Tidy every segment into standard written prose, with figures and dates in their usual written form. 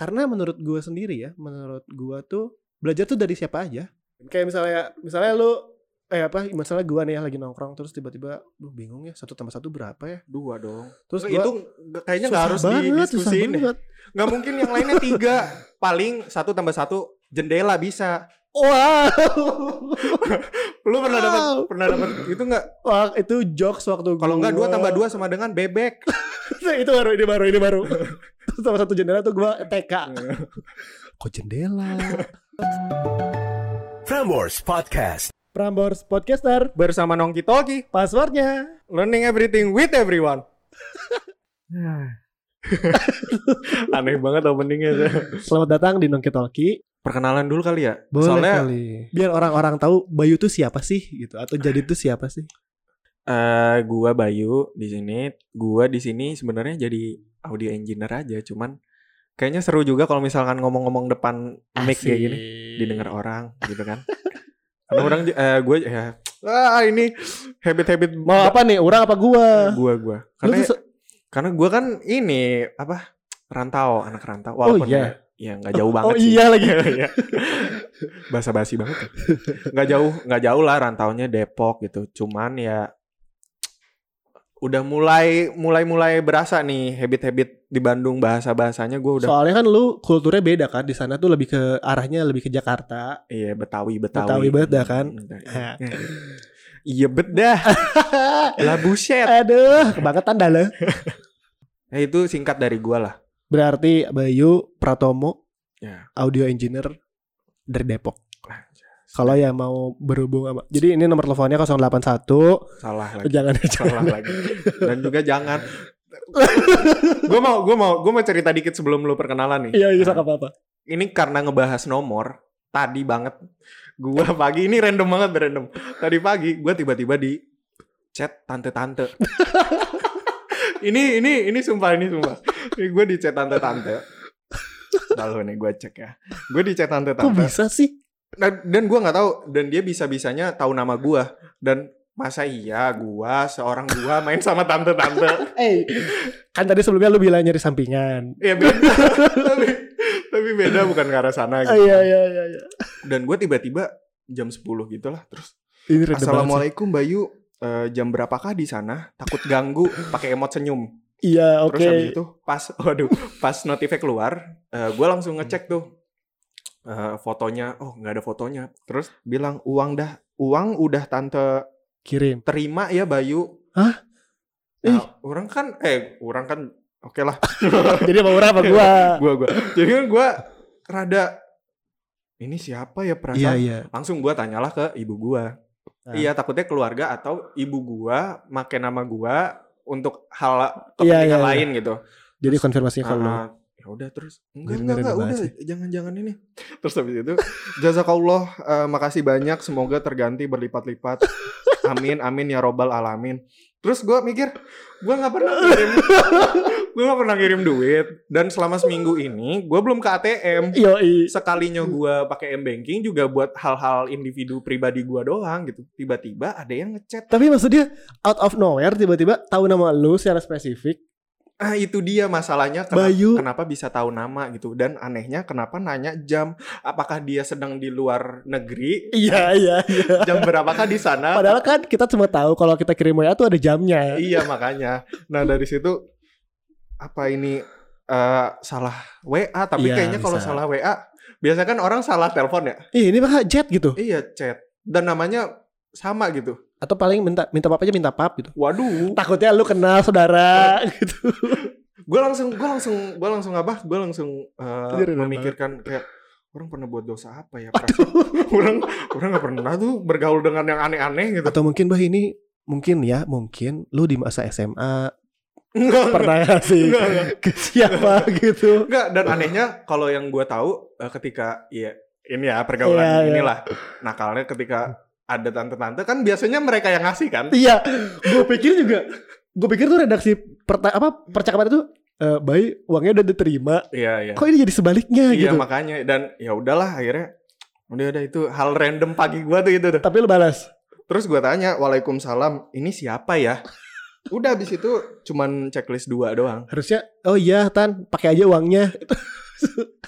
Karena menurut gue sendiri ya, menurut gue tuh belajar tuh dari siapa aja. Kayak misalnya lu misalnya gue nih ya lagi nongkrong terus tiba-tiba lu bingung ya 1+1 berapa ya? 2 dong. Terus itu kayaknya nggak harus didiskusiin deh. Nggak mungkin yang lainnya 3. Paling 1+1 jendela bisa. Wow. Lu pernah dapat itu nggak? Wah, itu jokes waktu kalau nggak 2+2 sama dengan bebek. Ini baru. Sama 1 jendela tuh gue TK. Kok jendela? Prambors Podcast. Prambors Podcaster Bersama Nongki Talki. Passwordnya Learning everything with everyone. Aneh banget openingnya. Selamat datang di Nongki Talki. Perkenalan dulu kali ya. Boleh soalnya kali. Biar orang-orang tahu Bayu tuh siapa sih gitu, atau Jadi tuh siapa sih? Gua Bayu di sini. Gua di sini sebenarnya jadi audio engineer aja, cuman kayaknya seru juga kalau misalkan ngomong-ngomong depan mic kayak gini, didengar orang gitu kan. Karena orang gue ya ini habit mau apa nih, orang apa gua? Gua. Karena gua kan ini apa? Anak rantau. Walaupun ya nggak jauh banget sih. Iya lagi. Basa-basi banget. Nggak jauh lah rantaunya Depok gitu. Cuman ya udah mulai berasa nih habit di Bandung, bahasanya gue udah. Soalnya kan lu kulturnya beda kan, di sana tuh lebih ke arahnya lebih ke Jakarta. Iya, Betawi banget dah kan. Iya bedah. Lah buset. Aduh, kebangetan dah lo. Ya itu singkat dari gue lah. Berarti Bayu Pratomo, ya. Audio engineer dari Depok. Kalau yang mau berhubung sama, jadi ini nomor teleponnya 081. Salah lagi. Jangan. Salah lagi. Dan juga jangan. Gue mau cerita dikit sebelum lu perkenalan nih. Iya, apa-apa. Ini karena ngebahas nomor. Tadi banget. Gue pagi ini random. Tadi pagi gue tiba-tiba di chat tante. ini sumpah. Gue di chat tante. Lalu nih gue cek ya. Gue di chat tante. Kok bisa sih? Dan gue nggak tahu, dan dia bisa-bisanya tahu nama gue. Dan masa iya gue seorang gue main sama tante. Kan tadi sebelumnya lu bilang nyari sampingan. Iya beda. tapi beda, bukan ke arah sana gitu. Iya. Dan gue tiba-tiba jam 10 gitu lah. Terus Assalamualaikum Bayu, jam berapakah di sana? Takut ganggu, pakai emot senyum. Iya, oke. Terus habis itu pas notifnya keluar, gue langsung ngecek tuh. Fotonya, nggak ada fotonya. Terus bilang uang udah tante kirim, terima ya Bayu. Hah? Orang kan oke lah. Jadi apa orang apa gua? Gua. Jadi kan gua rada ini siapa ya perasaan. Iya. Langsung gua tanyalah ke ibu gua. Iya, takutnya keluarga atau ibu gua make nama gua untuk hal kepentingan lain gitu. Jadi konfirmasinya kalau ya udah, terus enggak udah jangan ini. Terus habis itu jazakallah, makasih banyak, semoga terganti berlipat-lipat. Amin ya robbal alamin. Terus gue mikir gue nggak pernah ngirim duit, dan selama seminggu ini gue belum ke ATM. Sekalinya gue pakai M-banking juga buat hal-hal individu pribadi gue doang gitu. Tiba-tiba ada yang ngechat. Tapi maksudnya out of nowhere tiba-tiba tahu nama lu secara spesifik. Itu dia masalahnya, kenapa bisa tahu nama gitu. Dan anehnya kenapa nanya jam. Apakah dia sedang di luar negeri? Iya. Jam berapakah di sana? Padahal kan kita cuma tahu kalau kita kirim WA tuh ada jamnya. Iya, makanya. Nah dari situ apa ini salah WA. Tapi kayaknya kalau salah WA biasanya kan orang salah telepon ya. Ini mah chat gitu. Iya, chat. Dan namanya sama gitu. Atau paling minta pap aja, minta pap gitu. Waduh. Takutnya lu kenal saudara gitu. Gue langsung memikirkan kayak orang pernah buat dosa apa ya? orang nggak pernah tuh bergaul dengan yang aneh-aneh gitu. Atau mungkin mungkin lu di masa SMA pernah ngasih ke siapa gitu. Enggak, dan anehnya kalau yang gue tahu ketika ini ya pergaulan inilah nakalnya ketika ada tante-tante kan biasanya mereka yang ngasih kan. Iya. Gue pikir tuh redaksi percakapan itu baik uangnya udah diterima. Iya. Kok ini jadi sebaliknya gitu. Iya, makanya. Dan ya udahlah, akhirnya udah itu hal random pagi gue tuh itu. Tapi lu balas. Terus gue tanya, "Waalaikumsalam, ini siapa ya?" Udah, habis itu cuman checklist 2 doang. Harusnya Tan, pakai aja uangnya.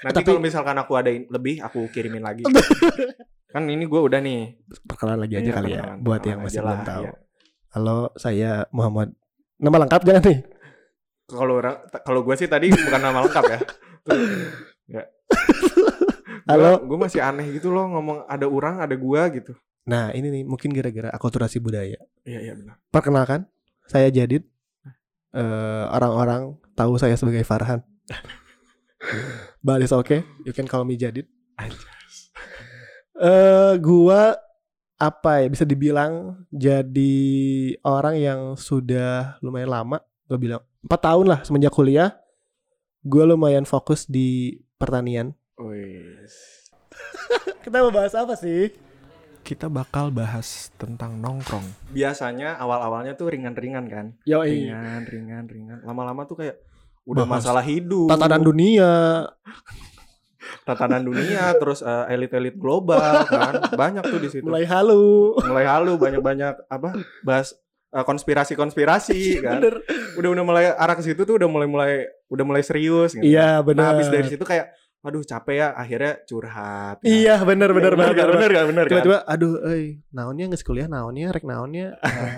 Nanti kalau misalkan aku ada lebih, aku kirimin lagi. Kan ini gue udah nih. Perkenalan lagi aja kali ya, buat yang masih belum tahu. Ya. Halo, saya Muhammad. Nama lengkap jangan nih. Kalau gue sih tadi bukan nama lengkap ya. Ya. Halo. Gue masih aneh gitu loh ngomong ada orang, ada gua gitu. Nah ini nih mungkin gara-gara akulturasi budaya. Iya benar. Perkenalkan, saya Jadid. Orang-orang tahu saya sebagai Farhan. But it's okay, you can call me Jadid. Gua apa ya, bisa dibilang jadi orang yang sudah lumayan lama. Gue bilang 4 tahun lah semenjak kuliah. Gue lumayan fokus di pertanian. Kita mau bahas apa sih? Kita bakal bahas tentang nongkrong. Biasanya awal-awalnya tuh ringan-ringan kan. Ringan. Lama-lama tuh kayak udah bahas masalah hidup, tatanan dunia, terus elit-elit global kan. Banyak tuh di situ. Mulai halu, banyak apa? Bahas konspirasi kan. Bener. Udah mulai arah ke situ tuh udah mulai serius gitu. Iya, benar. Nah, habis dari situ kayak aduh capek ya, akhirnya curhat. Iya, benar banget. Bener kan? Tiba-tiba aduh naonnya geus kuliah, naonnya rek naonnya.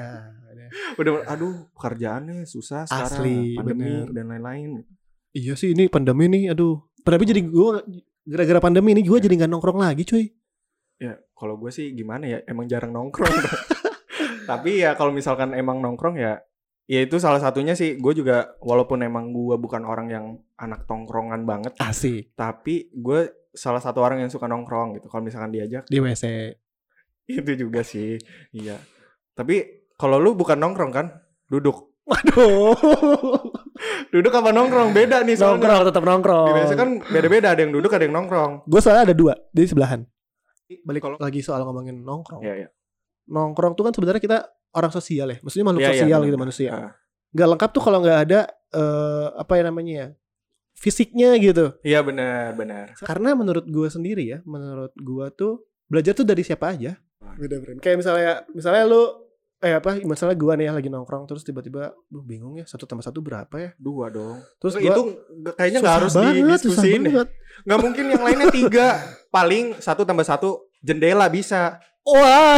Udah aduh pekerjaannya susah sekarang. Asli, pandemi bener. Dan lain-lain. Iya sih, ini pandemi nih, aduh. Tapi jadi gue gara-gara pandemi ini gue jadi enggak nongkrong lagi, cuy. Ya, kalau gue sih gimana ya, emang jarang nongkrong. Tapi ya kalau misalkan emang nongkrong ya itu salah satunya sih. Gue juga walaupun emang gue bukan orang yang anak tongkrongan banget, asik, tapi gue salah satu orang yang suka nongkrong gitu. Kalau misalkan diajak di WC itu juga sih. Iya. Tapi kalau lu bukan nongkrong kan, duduk. Waduh. Duduk apa nongkrong beda nih soalnya. Nongkrong, tetap nongkrong. Biasanya kan beda-beda, ada yang duduk, ada yang nongkrong. Gue soalnya ada 2 di sebelahan. Balik lagi soal ngomongin nongkrong. Iya. Nongkrong tuh kan sebenarnya kita orang sosial ya, maksudnya makhluk sosial gitu, manusia. Gak lengkap tuh kalau nggak ada apa ya namanya ya, fisiknya gitu. Iya benar. Karena menurut gue sendiri ya, menurut gue tuh belajar tuh dari siapa aja. Beda brand. Kayak misalnya lu misalnya gue nih ya lagi nongkrong terus tiba-tiba lu bingung ya 1 tambah 1 berapa ya? 2 dong. Terus itu kayaknya nggak harus didiskusiin deh. Nggak mungkin yang lainnya 3. Paling 1 tambah 1 jendela bisa. Wow.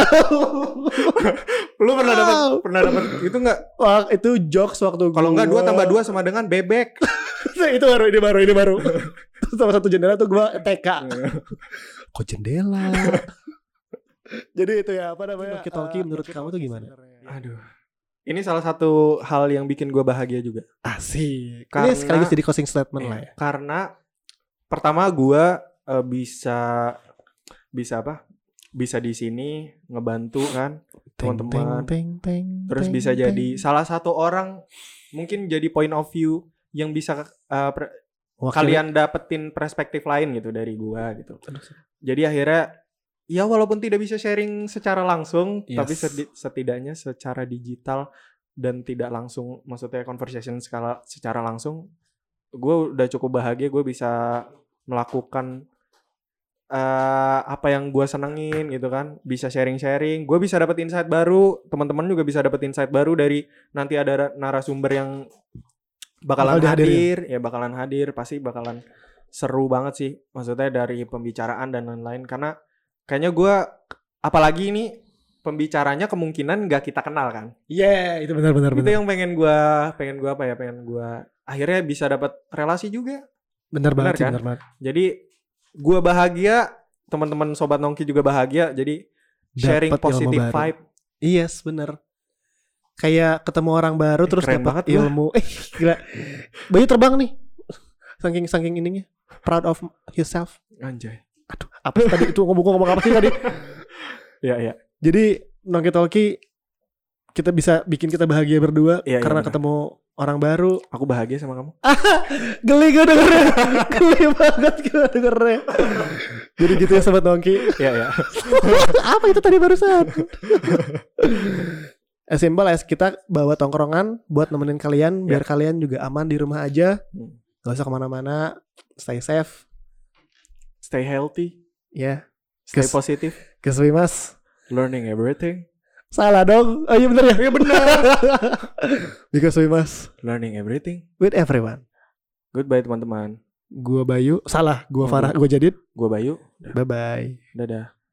Lu pernah dapat itu nggak? Wah, itu jokes waktu kalau nggak 2 tambah 2 sama dengan bebek. Itu baru. Terus tambah 1 jendela tuh gue TK. Kok jendela? Jadi itu ya, apa namanya? Talkie menurut kamu tuh gimana? Aduh. Ini salah satu hal yang bikin gue bahagia juga. Asik. Ini sekaligus jadi closing statement lah ya. Karena pertama gue bisa apa? Bisa di sini ngebantu kan teman-teman. Terus bisa jadi salah satu orang, mungkin jadi point of view yang bisa kalian dapetin perspektif lain gitu dari gue gitu. Jadi akhirnya ya walaupun tidak bisa sharing secara langsung, tapi setidaknya secara digital dan tidak langsung, maksudnya conversation secara langsung, gue udah cukup bahagia. Gue bisa melakukan apa yang gue senengin gitu kan, bisa sharing, gue bisa dapet insight baru, teman-teman juga bisa dapet insight baru dari nanti ada narasumber yang bakalan hadir, pasti bakalan seru banget sih, maksudnya dari pembicaraan dan lain-lain. Karena kayaknya gue, apalagi ini pembicaranya kemungkinan gak kita kenal kan. Iya, itu benar. Itu yang pengen gue akhirnya bisa dapat relasi juga. Benar banget. Jadi gue bahagia, teman-teman sobat nongki juga bahagia. Jadi sharing positive vibe. Yes, benar. Kayak ketemu orang baru terus dapat ilmu. Gila. Bayu terbang nih. Saking ininya. Proud of yourself. Anjay. Aduh, apa sih tadi itu ngomong apa sih tadi? Iya. Jadi Nongki Talkie kita bisa bikin kita bahagia berdua karena ketemu orang baru. Aku bahagia sama kamu. Geli gue dengernya. Geli banget gue dengernya. Jadi gitu ya sobat Nongki. Iya. Apa itu tadi barusan? Simple as kita bawa tongkrongan buat nemenin kalian biar kalian juga aman di rumah aja. Gak usah kemana-mana. Stay safe. Stay healthy. Stay positive. Mas. Learning everything. Salah dong. Oh iya bener ya? Iya bener. Because we must learning everything with everyone. Goodbye teman-teman. Gua Bayu. Salah, gua Farah, gua Jadid. Gua Bayu. Bye bye. Dadah.